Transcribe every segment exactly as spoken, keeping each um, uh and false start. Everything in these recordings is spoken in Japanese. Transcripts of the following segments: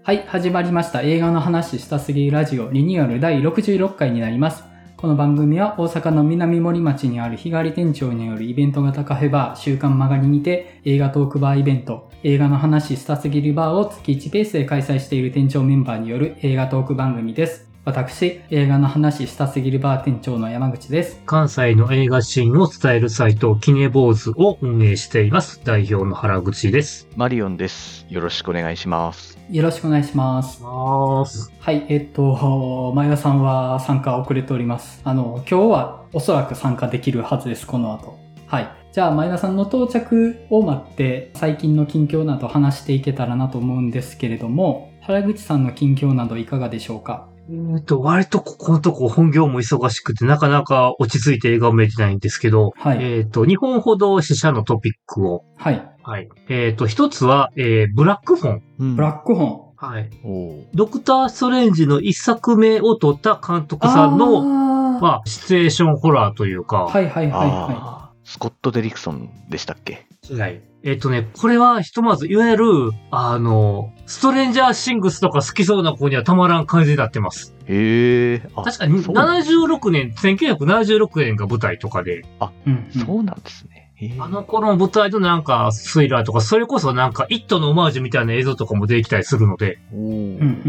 はい、始まりました。映画の話したすぎるラジオリニューアルだいろくじゅうろっかいになります。この番組は大阪の南森町にある日替わり店長によるイベント型カフェバー週刊曲がりにて映画トークバーイベント、映画の話したすぎるバーを月いちペースで開催している店長メンバーによる映画トーク番組です。私、映画の話したすぎるバー店長の山口です。 関西の映画シーンを伝えるサイト、キネボーズを運営しています。代表の原口です。 マリオンです。よろしくお願いします。 よろしくお願いします。 ます。 はい、えっと、前田さんは参加遅れております。あの、今日はおそらく参加できるはずです、この後。はい。じゃあ、前田さんの到着を待って、最近の近況など話していけたらなと思うんですけれども、原口さんの近況などいかがでしょうか？ えっと、割とここのとこ本業も忙しくて、なかなか落ち着いて映画を見れてないんですけど、 はい。 えっと、にほんほど試写のトピックを。 はい。 はい。えっと、一つは、えー、ブラックフォン。 うん、 ブラックフォン。 はい。 おドクター・ストレンジの一作目を撮った監督さんの、 あまあ、シチュエーションホラーというか。 はいはいはいはあースコット・デリクソンでしたっけ？ はい。えっとね、これはひとまず、いわゆる、あの、ストレンジャーシングスとか好きそうな子にはたまらん感じになってます。 へえ。 確かにななじゅうろくねん、せんきゅうひゃくななじゅうろくねんが舞台とかで。 あ、 うんうん、 そうなんですね。へーあの頃の舞台のなんかスリラーとか、それこそなんかイットのオマージュみたいな映像とかも出てきたりするので、 おーうんうん、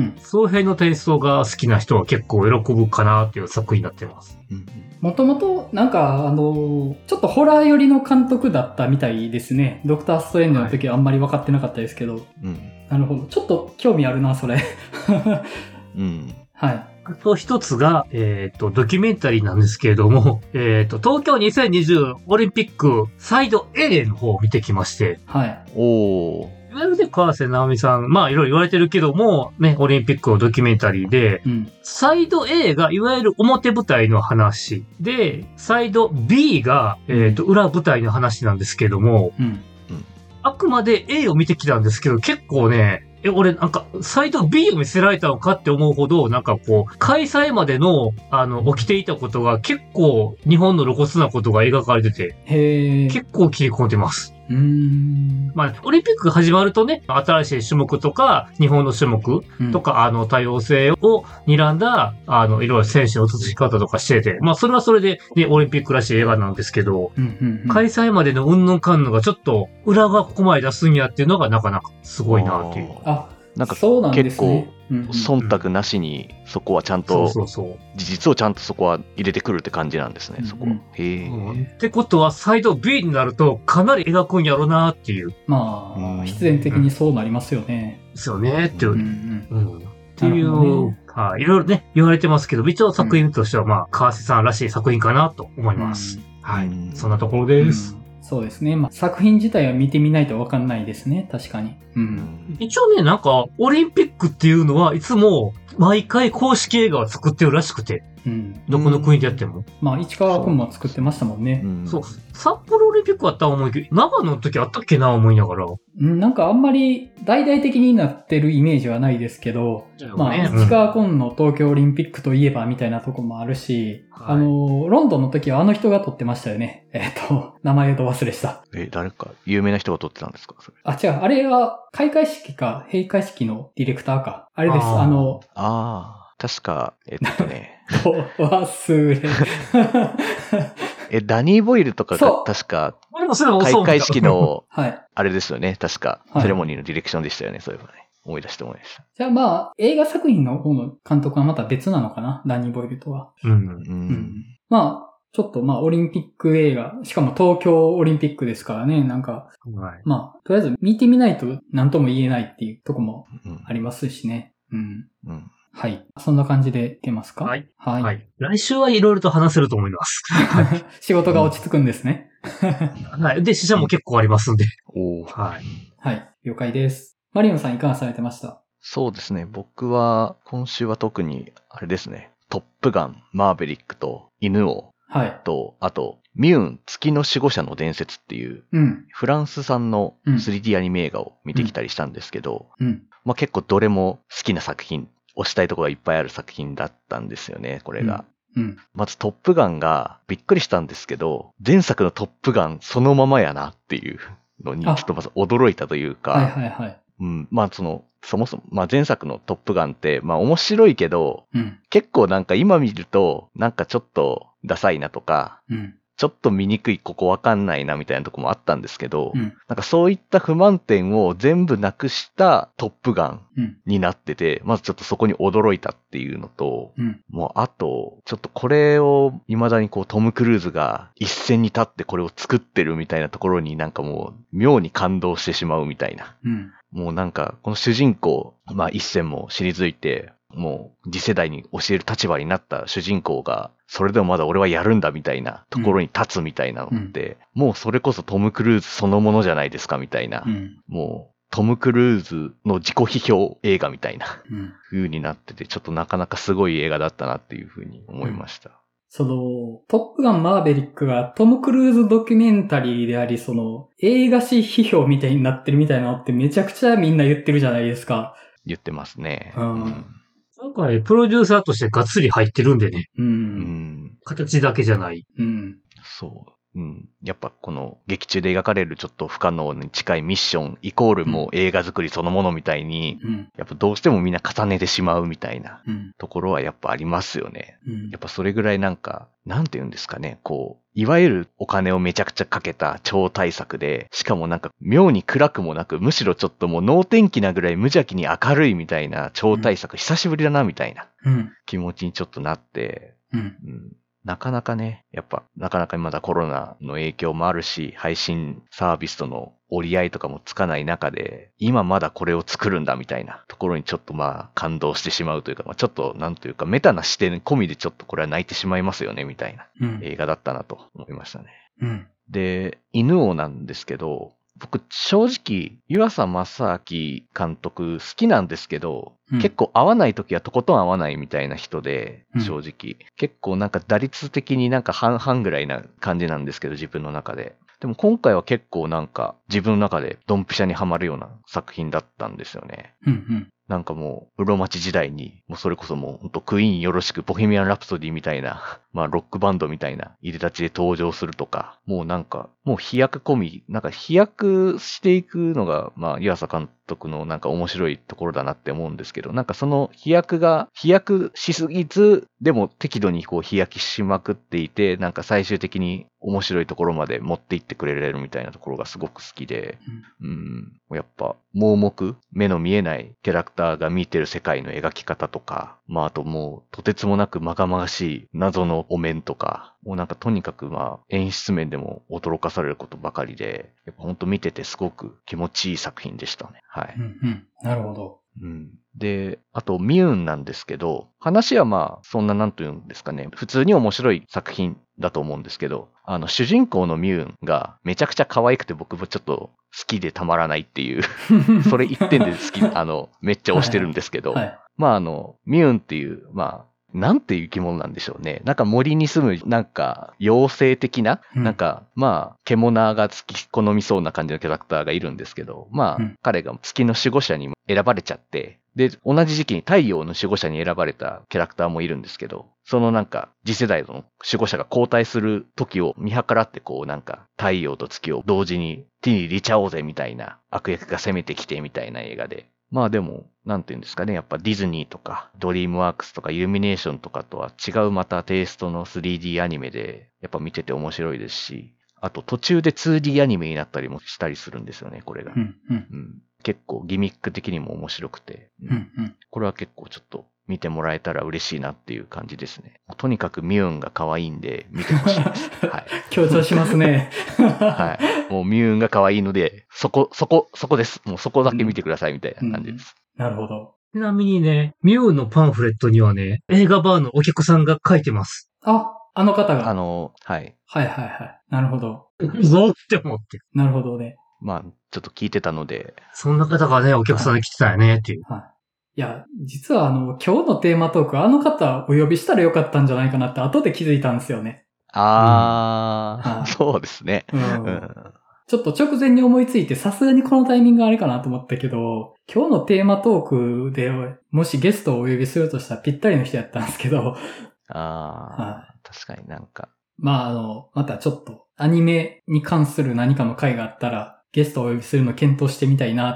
その辺のテイストが好きな人は結構喜ぶかなっていう作品になってます。 うんもともと、なんか、あの、ちょっとホラー寄りの監督だったみたいですね。ドクターストレンジの時はあんまり分かってなかったですけど。 うんなるほど。ちょっと興味あるな、それ。 うんはい。 あと一つが、えっと、ドキュメンタリーなんですけれども、えっと、東京にせんにじゅうオリンピックサイド A の方を見てきまして、 はい。 おーいわゆるね、川瀬直美さん、まあいろいろ言われてるけども、ね、オリンピックのドキュメンタリーで、 うん。 サイド A がいわゆる表舞台の話で、サイド B が、えっと、裏舞台の話なんですけども、 うん。 あくまで A を見てきたんですけど、結構ね、え、俺なんか、サイド B を見せられたのかって思うほど、なんかこう、開催までの、あの、起きていたことが結構、日本の露骨なことが描かれてて、 へー。 結構切り込んでます。 うーん。 まあ、オリンピックが始まるとね、新しい種目とか、日本の種目うんとか、あの、多様性を睨んだ、あの、いろいろ選手の映し方とかしてて、まあ、それはそれで、ね、オリンピックらしい映画なんですけど、 うんうんうん、 開催までのうんぬんかんぬんがちょっと、裏がここまで出すんやっていうのがなかなかすごいなっていう。 あ、 なんかそうなんです結構ね。うんうん忖度なしにそこはちゃんそうとそうそう。 事実をちゃんとそこは入れてくるって感じなんですね、そこは。 うんへえ。 うんってことは、サイド B になると、かなり描くんやろなっていう。 まうんあ、必然的にそうなりますよね。 ですよね、っていう。 うんうん。 うん。っていなるほどう、 ねはい、いろいろね、言われてますけど、一応作品としては、まあ、川瀬さんらしい作品かなと思います。はい。 うんそんなところです。 うんそうですね。まあ、作品自体は見てみないとわかんないですね。確かに。う。 うんん一応ね、なんか、オリンピックっていうのはいつも、毎回公式映画を作ってるらしくて、 うん。 どこの国でやっても。 まあ、市川君も作ってましたもんね。 うんそう。札幌オリンピックあったら思うけど、長野の時あったっけな思いながら。 うん、なんかあんまり大々的になってるイメージはないですけど、まあ、 うん市川君の東京オリンピックといえばみたいなとこもあるし、 はいあの、ロンドンの時はあの人が撮ってましたよね。えっと、名前と忘れした。 え、誰か有名な人が撮ってたんですかそれ？ あ、違う、あれは開会式か閉会式のディレクターか。あれです。 あーあの、 ああ、確か、えっとね、 忘れ。 え、ダニー・ボイルとかそうが確か、 俺もそれもそう開会式の、 はい。 あれですよね、確か、 はいセレモニーのディレクションでしたよね、そういえばね。思い出して思い出した。 じゃあまあ、映画作品の方の監督はまた別なのかな、ダニー・ボイルとは。 うん。 う。 うんん。まあ、ちょっとまあ、オリンピック映画、しかも東京オリンピックですからね、なんか、 はい。 まあ、とりあえず見てみないと何とも言えないっていうとこもうんありますしね。うん。 うん。 はい。そんな感じでいけますか？ はい。 はい。 はい。来週はいろいろと話せると思います。 仕事が落ち着くんですね。 はい。で、死者も結構ありますんで。 おーはい。 はい。了解です。マリオンさんいかがされてました？ そうですね、僕は、今週は特に、あれですね、トップガン、マーベリックと犬王はい。 と、あと、ミューン、月の守護者の伝説っていう、 うん。 フランス産のうんスリーディー アニメ映画を見てきたりしたんですけど、 うん。 まあ結構どれも好きな作品、推したいところがいっぱいある作品だったんですよね、これが。 うん。 まずトップガンがびっくりしたんですけど、前作のトップガンそのままやなっていうのに、ちょあっとまず驚いたというか、 はいはいはい。 うん。まあその、そもそも、まあ前作のトップガンって、まあ面白いけど、 うん。結結構なんか今見ると、なんかちょっとダサいなとか、 うん。 ちょっと見にくい、ここわかんないなみたいなとこもあったんですけど、 うん。 なんかそういった不満点を全部なくしたトップガンうん。 になってて、まずちょっとそこに驚いたっていうのと、 うん。 もうあと、ちょっとこれを未だにこうトム・クルーズが一線に立ってこれを作ってるみたいなところになんかもう妙に感動してしまうみたいな。 うん。 もうなんかこの主人公、まあ一線も退いて、もう次世代に教える立場になった主人公が、それでもまだ俺はやるんだみたいなところに立つみたいなのって、うん、もうそれこそトム・クルーズそのものじゃないですかみたいな。うん、もうトム・クルーズの自己批評映画みたいな、うん、風になってて、ちょっとなかなかすごい映画だったなっていう風に思いました。うん、 その、トップガンマーベリックがトム・クルーズドキュメンタリーであり、その、映画史批評みたいになってるみたいなのってめちゃくちゃみんな言ってるじゃないですか。 言ってますね。 うん。 なんかね、プロデューサーとしてがっつり入ってるんでね。 うん。うん、形だけじゃない。 うん。 そう。うん。やっぱこの劇中で描かれるちょっと不可能に近いミッションイコールもう映画作りそのものみたいに、うん、やっぱどうしてもみんな重ねてしまうみたいなところはやっぱありますよね。うん、やっぱそれぐらいなんか、なんて言うんですかね、こう、いわゆるお金をめちゃくちゃかけた超大作で、しかもなんか妙に暗くもなく、むしろちょっともう能天気なぐらい無邪気に明るいみたいな超大作、うん、久しぶりだなみたいな気持ちにちょっとなって、うんうんなかなかね、やっぱ、なかなかまだコロナの影響もあるし、配信サービスとの折り合いとかもつかない中で、今まだこれを作るんだみたいなところにちょっとまあ感動してしまうというか、まあ、ちょっとなんというかメタな視点込みでちょっとこれは泣いてしまいますよねみたいな映画だったなと思いましたね。うん、で、犬王なんですけど、僕正直、湯浅正明監督好きなんですけど、うん、結構合わない時はとことん合わないみたいな人で、正直、うん。結構なんか打率的になんか半々ぐらいな感じなんですけど、自分の中で。でも今回は結構なんか自分の中でドンピシャにはまるような作品だったんですよね。うんうんなんかもう、室町時代に、もうそれこそもう、ほんとクイーンよろしく、ボヘミアン・ラプソディみたいな、まあロックバンドみたいな、入れ立ちで登場するとか、もうなんか、もう飛躍込み、なんか飛躍していくのが、まあ、湯浅監督のなんか面白いところだなって思うんですけど、なんかその飛躍が、飛躍しすぎず、でも適度にこう飛躍しまくっていて、なんか最終的に面白いところまで持っていってくれるみたいなところがすごく好きで、うん、うん、やっぱ、盲目、目の見えないキャラクターが見てる世界の描き方とか、まああともう、とてつもなくまがまがしい謎のお面とか、もうなんかとにかくまあ、演出面でも驚かされることばかりで、やっぱほんと見ててすごく気持ちいい作品でしたね。はい。 うんうん。なるほど。 うん、で、あと、ミューンなんですけど、話はまあ、そんななんというんですかね、普通に面白い作品だと思うんですけど、あの、主人公のミューンがめちゃくちゃ可愛くて僕もちょっと好きでたまらないっていう、それ一点で好き、あの、めっちゃ推してるんですけど、はいはい、まああの、ミューンっていう、まあ、なんていう生き物なんでしょうね。なんか森に住む、なんか、妖精的な、うん、なんか、まあ、獣が好き好みそうな感じのキャラクターがいるんですけど、まあ、うん、彼が月の守護者に選ばれちゃって、で、同じ時期に太陽の守護者に選ばれたキャラクターもいるんですけど、そのなんか、次世代の守護者が交代する時を見計らってこうなんか、太陽と月を同時に手に入れちゃおうぜみたいな悪役が攻めてきてみたいな映画で、まあでも、なんていうんですかね、やっぱディズニーとか、ドリームワークスとかイルミネーションとかとは違うまたテイストの スリーディー アニメで、やっぱ見てて面白いですし、あと途中で ツーディー アニメになったりもしたりするんですよね、これが。うんうんうん、結構ギミック的にも面白くて、うんうん、これは結構ちょっと見てもらえたら嬉しいなっていう感じですね。とにかくミューンが可愛いんで見てほしいです。はい。 強調しますね。 はい。もうミューンが可愛いので、そこ、そこ、そこです。もうそこだけ見てくださいみたいな感じです。 うんうん、なるほど。 ちなみにね、ミューンのパンフレットにはね、映画バーのお客さんが書いてます。 あ、あの方が。 あの、はい。 はいはいはい。なるほど。 ぞって思って。 なるほどね。 まあ、ちょっと聞いてたので。 そんな方がね、お客さんで来てたよね、っていう。 はい。いや、実はあの、今日のテーマトーク、あの方お呼びしたらよかったんじゃないかなって後で気づいたんですよね。 あー、うん、そうですね、 うんうん。ちょっと直前に思いついて、さすがにこのタイミングあれかなと思ったけど、今日のテーマトークでもしゲストをお呼びするとしたらぴったりの人やったんですけど。 あー、はい、確かになんか。 まああの、またちょっとアニメに関する何かの回があったら、ゲストをお呼びするの検討してみたいなって、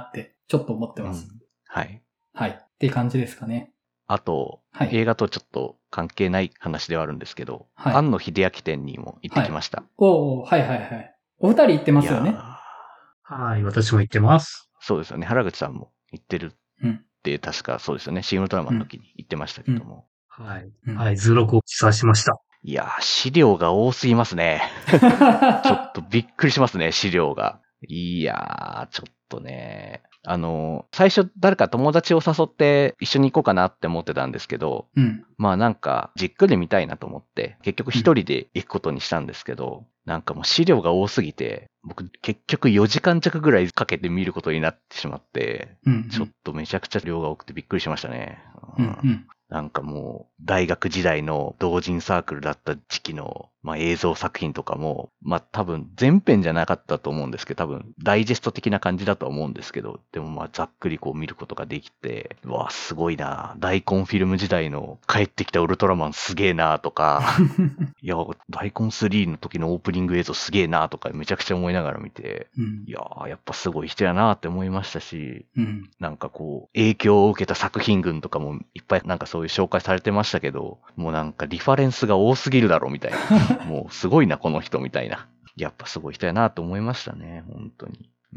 ちょっと思ってます。 うん、はい。 はい。っていう感じですかね。 あと、はい、映画とちょっと関係ない話ではあるんですけど、はい、庵野秀明店にも行ってきました。はい、 おー、はいはいはい。お二人行ってますよね。 はい、私も行ってます。 そうですよね。原口さんも行ってるって、確かそうですよね。シームドラマの時に行ってましたけども。 うんうん、はい。はい、図録を記載しました。 いやー、資料が多すぎますね。ちょっとびっくりしますね、資料が。いやー、ちょっとね。あの、最初誰か友達を誘って一緒に行こうかなって思ってたんですけど、うん、まあなんかじっくり見たいなと思って、結局一人で行くことにしたんですけど、うん、なんかもう資料が多すぎて、僕結局よじかん弱ぐらいかけて見ることになってしまって、うんうん、ちょっとめちゃくちゃ量が多くてびっくりしましたね。うんうん、なんかもう大学時代の同人サークルだった時期の、まあ、映像作品とかも、まあ多分全編じゃなかったと思うんですけど、多分ダイジェスト的な感じだと思うんですけど、でもまあざっくりこう見ることができて、うわすごいな、大根フィルム時代の帰ってきたウルトラマンすげえなとか、いや大根スリーの時のオープニング映像すげえなとかめちゃくちゃ思いながら見て、うん、いやーやっぱすごい人やなって思いましたし、うん、なんかこう影響を受けた作品群とかもいっぱいなんかそういう紹介されてましたけど、もうなんかリファレンスが多すぎるだろみたいな、もうすごいなこの人みたいな、やっぱすごい人やなと思いましたね、本当に。うん。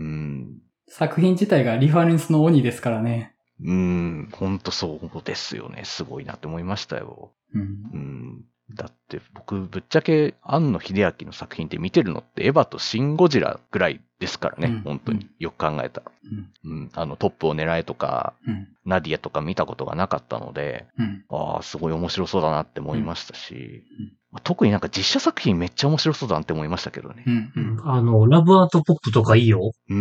作品自体がリファレンスの鬼ですからね。 うん、本当そうですよね、すごいなって思いましたよ。うん。うんだって僕ぶっちゃけ庵野秀明の作品って見てるのってエヴァとシン・ゴジラぐらいですからね、うん、本当によく考えたら、うんうん、あのトップを狙えとか、うん、ナディアとか見たことがなかったので、うん、ああすごい面白そうだなって思いましたし、うんうん、特になんか実写作品めっちゃ面白そうだなって思いましたけどね、うんうん、あのラブアートポップとかいいよ。 うん、うん、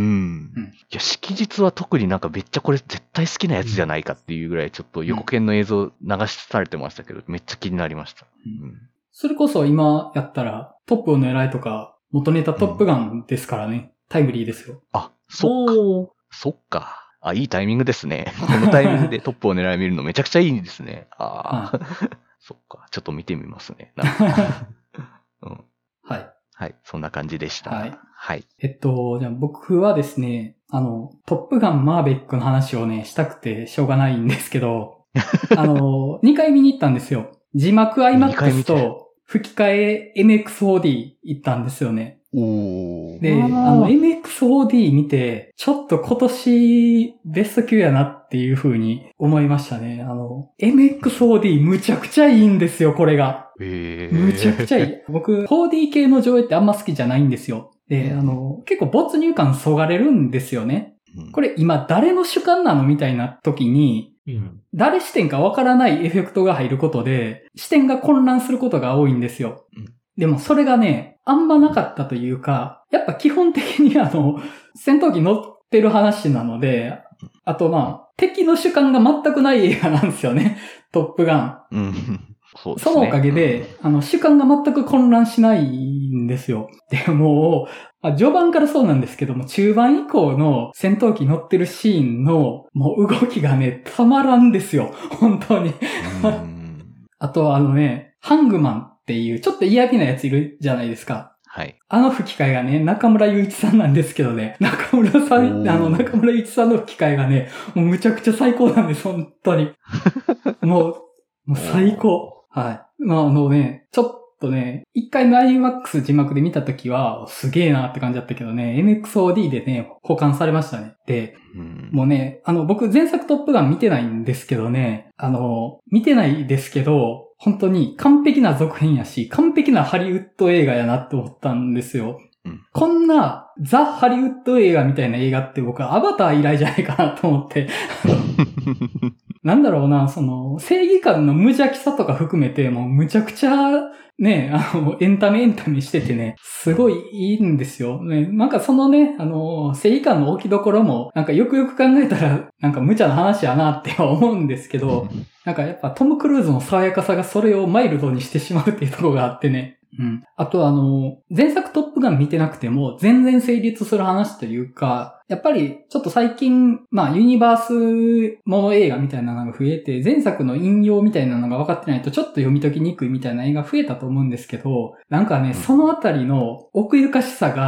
いや色実は特になんかめっちゃこれ絶対好きなやつじゃないかっていうぐらいちょっと予告編の映像流されてましたけど、めっちゃ気になりました。うん、 それこそ今やったらトップを狙いとか元ネタトップガンですからね、うん、タイムリーですよ。 あ、そっか。そっか。あ、いいタイミングですね。このタイミングでトップを狙い見るのめちゃくちゃいいですね。ああ、はい、そっか。ちょっと見てみますね。なんかうん、 はい。 はい。そんな感じでした。 はい。 はい。 えっと、じゃあ僕はですね、あの、トップガンマーベックの話をね、したくてしょうがないんですけど、あの、にかい見に行ったんですよ。字幕 アイマックス と吹き替え エムエックスフォーディー 行ったんですよね。 おで、あの エムエックスフォーディー 見て、ちょっと今年ベスト級やなっていう風に思いましたね。あの、エムエックスフォーディー むちゃくちゃいいんですよ、これが。 へーむちゃくちゃいい。僕、フォーディー 系の上映ってあんま好きじゃないんですよ。で、あの、結構没入感そがれるんですよね。これ今誰の主観なのみたいな時に、うん、誰視点かわからないエフェクトが入ることで、視点が混乱することが多いんですよ。うん、でもそれがね、あんまなかったというか、やっぱ基本的にあの、戦闘機乗ってる話なので、あとまあ、敵の主観が全くない映画なんですよね。トップガン。 うんそうですね、 そのおかげで、あの、主観が全く混乱しないんですよ。でも、序盤からそうなんですけども、中盤以降の戦闘機乗ってるシーンの、もう動きがね、たまらんですよ。本当に。あと、あのね、ハングマンっていう、ちょっと嫌味なやついるじゃないですか。 はい。 あの吹き替えがね、中村祐一さんなんですけどね、中村さん、あの、中村祐一さんの吹き替えがね、もうむちゃくちゃ最高なんです、本当に。もう、もう最高。はい。まあ、あのね、ちょっとね、一回の アイマックス 字幕で見たときは、すげえなって感じだったけどね、エムエックスフォーディー でね、保管されましたね。で、うん、もうね、あの、僕前作トップガン見てないんですけどね、あの、見てないですけど、本当に完璧な続編やし、完璧なハリウッド映画やなって思ったんですよ。うん、こんなザ・ハリウッド映画みたいな映画って僕はアバター以来じゃないかなと思って。なんだろうな、その、正義感の無邪気さとか含めて、もうむちゃくちゃ、ね、あの、エンタメエンタメしててね、すごいいいんですよ。ね、なんかそのね、あの、正義感の置きどころも、なんかよくよく考えたら、なんか無茶な話やなっては思うんですけど、なんかやっぱトム・クルーズの爽やかさがそれをマイルドにしてしまうっていうところがあってね。うん。あとあの、前作トップガン見てなくても全然成立する話というか、やっぱりちょっと最近、まあユニバースもの映画みたいなのが増えて、前作の引用みたいなのが分かってないとちょっと読み解きにくいみたいな映画増えたと思うんですけど、なんかね、そのあたりの奥ゆかしさが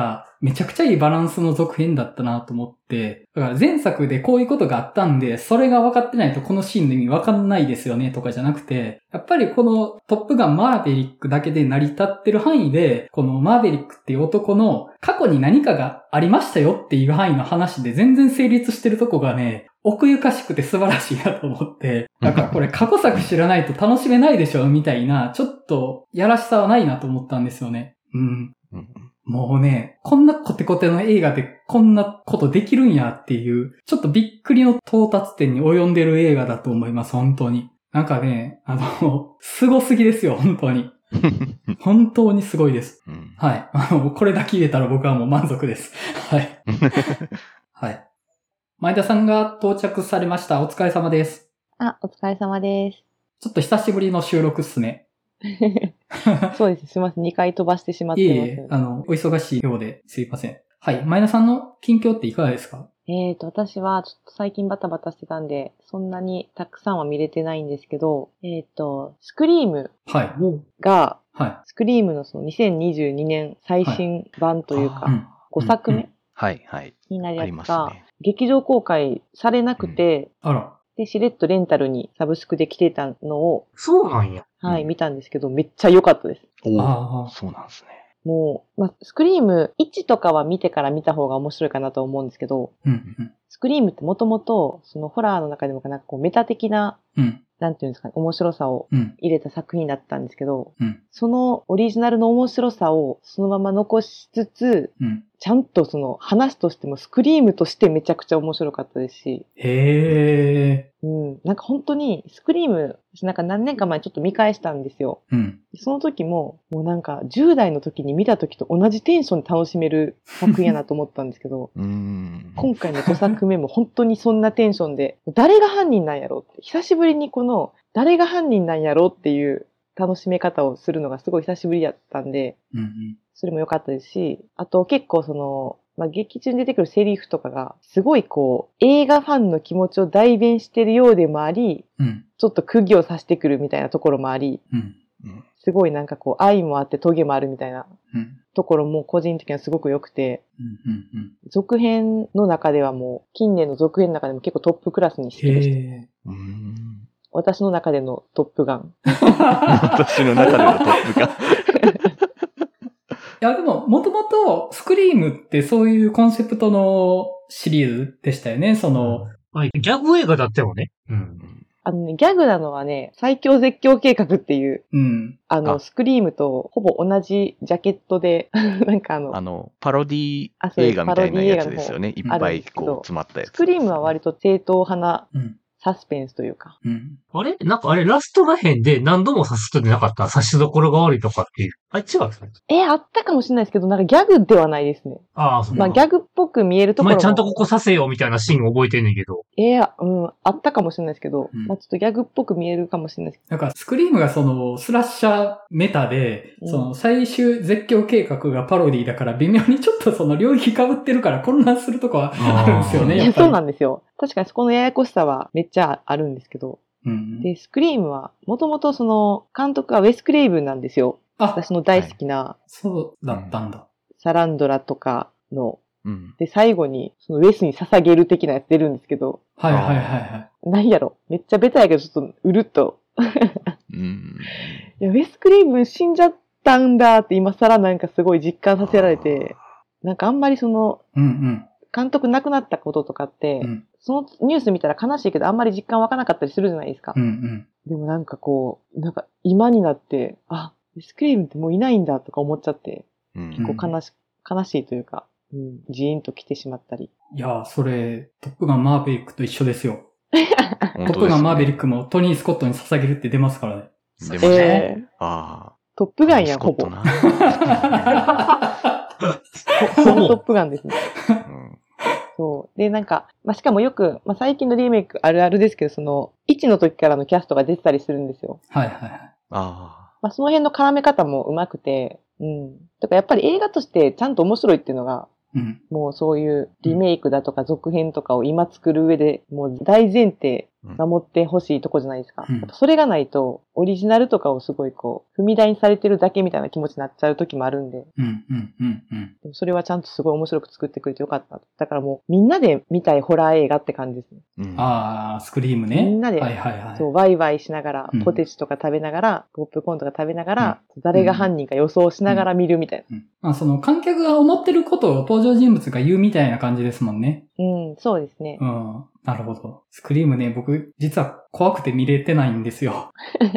めちゃくちゃいいバランスの続編だったなと思って、だから前作でこういうことがあったんで、それが分かってないとこのシーンの意味分かんないですよねとかじゃなくて、やっぱりこのトップガンマーヴェリックだけで成り立ってる範囲で、このマーヴェリックっていう男の過去に何かがありましたよっていう範囲の話で全然成立してるとこがね、奥ゆかしくて素晴らしいなと思って、だからこれ過去作知らないと楽しめないでしょみたいな、ちょっとやらしさはないなと思ったんですよね。うん。もうね、こんなコテコテの映画でこんなことできるんやっていう、ちょっとびっくりの到達点に及んでる映画だと思います、本当に。なんかね、あの、すごすぎですよ、本当に。本当にすごいです。うん、はい。あの、これだけ言えたら僕はもう満足です。はい。はい。前田さんが到着されました。お疲れ様です。 あ、お疲れ様です。 ちょっと久しぶりの収録っすね。 そうです。すいません。にかい飛ばしてしまってます。いえいえ、 あの、お忙しいようですいません。はい。前田さんの近況っていかがですか？ えーと、私はちょっと最近バタバタしてたんで、そんなにたくさんは見れてないんですけど、えーと、スクリームが、はい、スクリームのそのにせんにじゅうにねん最新版というか、はい、ごさくめ、 はいはい、 になるやつが、劇場公開されなくて、 うん、あら。 で、しれっとレンタルにサブスクで来てたのを、 そうなんや。 はい、見たんですけど、めっちゃ良かったです。 ああ、そうなんですね。 もう、まあ、スクリームいちとかは見てから見た方が面白いかなと思うんですけど、うんうん、スクリームってもともと、そのホラーの中でもなんかこうメタ的な、うん、なんていうんですかね、面白さを入れた作品だったんですけど、うん、そのオリジナルの面白さをそのまま残しつつ、うん、ちゃんとその話としてもスクリームとしてめちゃくちゃ面白かったですし。 へー。 うん。なんか本当にスクリーム、なんか何年か前ちょっと見返したんですよ。うん。その時も、もうなんかじゅう代の時に見た時と同じテンションで楽しめる作品やなと思ったんですけど、うん今回のごさくめも本当にそんなテンションで、誰が犯人なんやろって、久しぶりにこの誰が犯人なんやろっていう楽しめ方をするのがすごい久しぶりだったんで、うんうんそれも良かったですし、あと結構その、まあ、劇中に出てくるセリフとかが、すごいこう、映画ファンの気持ちを代弁してるようでもあり、うん、ちょっと釘を刺してくるみたいなところもあり、うんうん、すごいなんかこう、愛もあってトゲもあるみたいなところも個人的にはすごく良くて、うんうんうん、続編の中ではもう、近年の続編の中でも結構トップクラスに好きでした。うん私の中でのトップガン。 私の中でのトップガン。 いや、でも、もともと、スクリームってそういうコンセプトのシリーズでしたよね、その。 はい、ギャグ映画だったよね。うん。 あのね、ギャグなのはね、最強絶叫計画っていう、うん。あの、あスクリームとほぼ同じジャケットで、なんかあの、 あの、パロディ映画みたいなやつですよね。いっぱいこう詰まったやつ。 スクリームは割と正統派な、うんサスペンスというか。 うん。あれなんかあれラストらへんで何度も刺すとでなかった刺しどころが悪いとかっていう。あれ違うんですかねえー、あったかもしれないですけど、なんかギャグではないですね。ああ、そうまあギャグっぽく見えるところも。 お前ちゃんとここ刺せよみたいなシーン覚えてんねんけど。 えー、うん、あったかもしれないですけど、うん、まあちょっとギャグっぽく見えるかもしれないですけど。なんかスクリームがそのスラッシャーメタで、うん、その最終絶叫計画がパロディだから微妙にちょっとその領域被ってるから混乱するとこはあるんですよね。 いや、そうなんですよ。確かにそこのややこしさはめっちゃあるんですけど。うんうん、で、スクリームは、もともとその、監督はウェス・クレイブンなんですよ。あ私の大好きな、はい、 そうだったんだ。 サランドラとかの、うん、で、最後に、そのウェスに捧げる的なやつ出るんですけど。 はいはいはいはい。 なんやろ。めっちゃベタやけど、ちょっと、うるっと。うん、いや、ウェス・クレイブン死んじゃったんだって今更なんかすごい実感させられて、なんかあんまりその、うんうん、監督亡くなったこととかって、うんそのニュース見たら悲しいけどあんまり実感湧かなかったりするじゃないですか。うんうん、でもなんかこう、なんか今になって、あ、スクリームってもういないんだとか思っちゃって、うん、結構悲し、悲しいというか、うん、ジーンと来てしまったり。 いやー、それ、トップガンマーヴェリックと一緒ですよ。トップガンマーヴェリックもトニー・スコットに捧げるって出ますからね。 出ますね。えー、あトップガンやん、ほぼ。ほぼトップガンですね。うんそう。で、なんか、まあ、しかもよく、まあ、最近のリメイクあるあるですけど、その、いちの時からのキャストが出てたりするんですよ。 はいはいはい。ああ。まあ、その辺の絡め方も上手くて、うん。だからやっぱり映画としてちゃんと面白いっていうのが、うん、もうそういうリメイクだとか続編とかを今作る上で、もう大前提守ってほしいとこじゃないですか。 うん、 それがないと、オリジナルとかをすごいこう、踏み台にされてるだけみたいな気持ちになっちゃう時もあるんで。 うん、うん、うん、うん。 でもそれはちゃんとすごい面白く作ってくれてよかった。だからもう、みんなで見たいホラー映画って感じですね。 うん、ああ、スクリームね。 みんなで、 はいはいはい。 そう、ワイワイしながら、ポテチとか食べながら、ポップコーンとか食べながら、うん、誰が犯人か予想しながら見るみたいな。 うんうん、まあその観客が思ってることを登場人物が言うみたいな感じですもんね。 うん、そうですね。 うん。なるほど。スクリームね、僕、実は怖くて見れてないんですよ。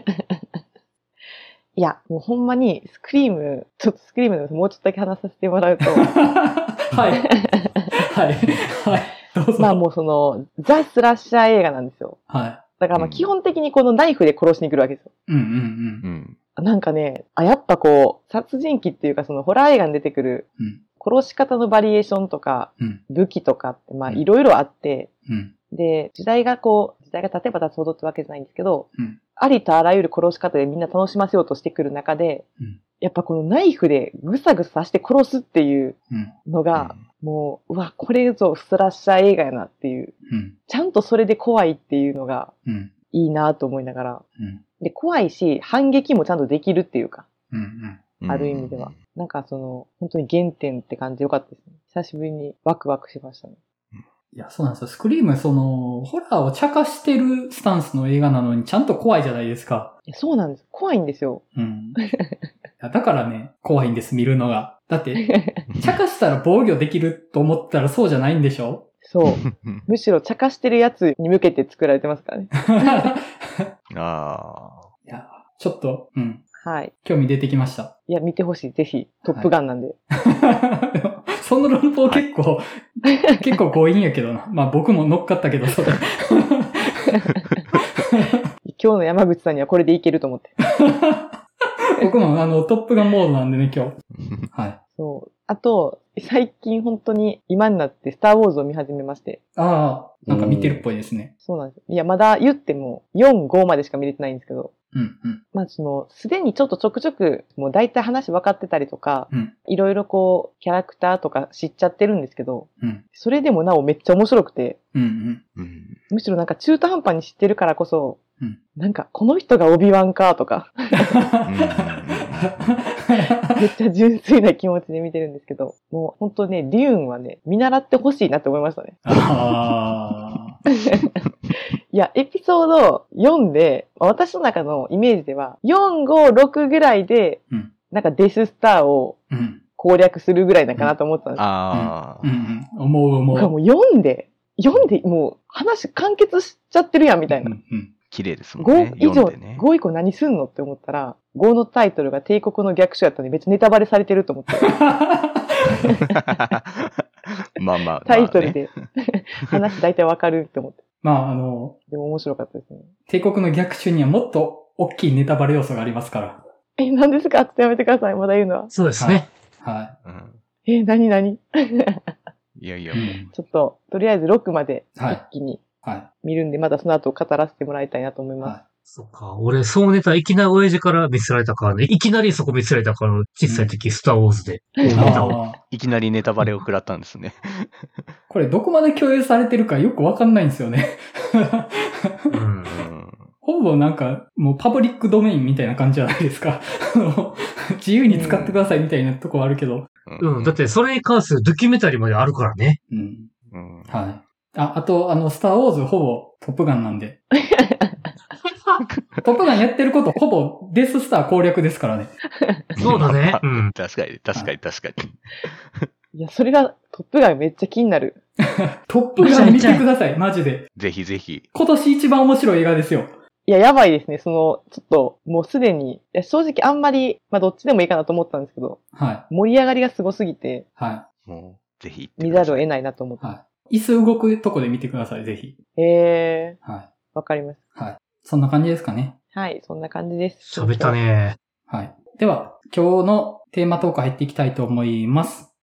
いや、もうほんまに、スクリーム、ちょっとスクリームでもうちょっとだけ話させてもらうと。 はい。はい。はい。どうぞ。 まあもうその、ザ・スラッシャー映画なんですよ。 はい。 だからまあ基本的にこのナイフで殺しに来るわけですよ。 うんうんうんうん。なんかね、あ、やっぱこう、殺人鬼っていうかそのホラー映画に出てくる、殺し方のバリエーションとか、うん、武器とかってまあいろいろあって、うん、で、時代がこう、時代が経てば経つほどってわけじゃないんですけど、うん、ありとあらゆる殺し方でみんな楽しませようとしてくる中で、うん、やっぱこのナイフでぐさぐさして殺すっていうのが、うん、もう、うわ、これぞスラッシャー映画やなっていう、うん、ちゃんとそれで怖いっていうのがいいなと思いながら、うん、で、怖いし、反撃もちゃんとできるっていうか、うんうん、ある意味では。なんかその、本当に原点って感じでよかったですね。久しぶりにワクワクしましたね。 いや、そうなんですよ。スクリーム、その、ホラーを茶化してるスタンスの映画なのにちゃんと怖いじゃないですか。 いやそうなんです。怖いんですよ。 うん。だからね、怖いんです、見るのが。だって、茶化したら防御できると思ったらそうじゃないんでしょ？ そう。むしろ茶化してるやつに向けて作られてますからね。 ああ。 いや、ちょっと、うん。 はい。 興味出てきました。 いや、見てほしい。ぜひ。トップガンなんで。 はい、その論法結構、はい、結構強引やけどな。まあ僕も乗っかったけど、それ。 今日の山口さんにはこれでいけると思って。 僕もあの、トップガンモードなんでね、今日。はい。 そう。あと、最近本当に今になってスターウォーズを見始めまして。 ああ、なんか見てるっぽいですね。 そうなんです。いや、まだ言ってもよん、ごまでしか見れてないんですけど。 うんうん。 まあその、すでにちょっとちょくちょく、もう大体話分かってたりとか、うん、いろいろこう、キャラクターとか知っちゃってるんですけど、うん、それでもなおめっちゃ面白くて、うんうん、むしろなんか中途半端に知ってるからこそ、うん、なんかこの人がオビワンかとか、めっちゃ純粋な気持ちで見てるんですけど、もう本当ね、デューンはね、見習ってほしいなって思いましたね。あいや、エピソードよんで、私の中のイメージでは、よん、ご、ろくぐらいで、うん、なんかデススターを攻略するぐらいなんかなと思ってたんですよ。うん、 ああ、うんうん。思う思う。 もうよんで、よんでもう話完結しちゃってるやんみたいな。うんうん、 綺麗ですもんね。 ご以上、ね、ご以降何すんのって思ったら、ごのタイトルが帝国の逆襲やったのに別にネタバレされてると思って。 まあまあ。 タイトルで話大体わかるって思って。 まああの、 でも面白かったですね。 帝国の逆襲にはもっと大きいネタバレ要素がありますから。 え、何ですかってやめてください。まだ言うのは。 そうですね。 はい。はいうん、 え、何何いやいや、 もう。ちょっと、とりあえずろくまで一気に見るんで、はい、まだその後語らせてもらいたいなと思います。はいそっか。俺、そうネタ、いきなり親父から見せられたからね。いきなりそこ見せられたから、小さい時、うん、スターウォーズで。ネタをいきなりネタバレを食らったんですね。 これ、どこまで共有されてるかよくわかんないんですよね。うん、ほぼなんか、もうパブリックドメインみたいな感じじゃないですか。自由に使ってくださいみたいなとこあるけど。 うん、うん、だってそれに関するドキュメンタリーまであるからね。うん。 うん、はい。あ、あと、あの、スターウォーズほぼトップガンなんで。トップガンやってることほぼデススター攻略ですからね。 そうだね。 うん。確かに、確かに、確かに。 いや、それがトップガンめっちゃ気になる。 トップガン見てください、マジで。 ぜひぜひ。 今年一番面白い映画ですよ。 いや、やばいですね。その、ちょっと、もうすでに、いや正直あんまり、まあどっちでもいいかなと思ったんですけど、はい。盛り上がりがすごすぎて、 はい。 もう、ぜひ見ざるを得ないなと思って。 はい。椅子動くとこで見てください、ぜひ。 へー。 はい。 わかります。 はい。そんな感じですかね。 はい、そんな感じです。 喋ったね。 はい。では、今日のテーマトーク入っていきたいと思います。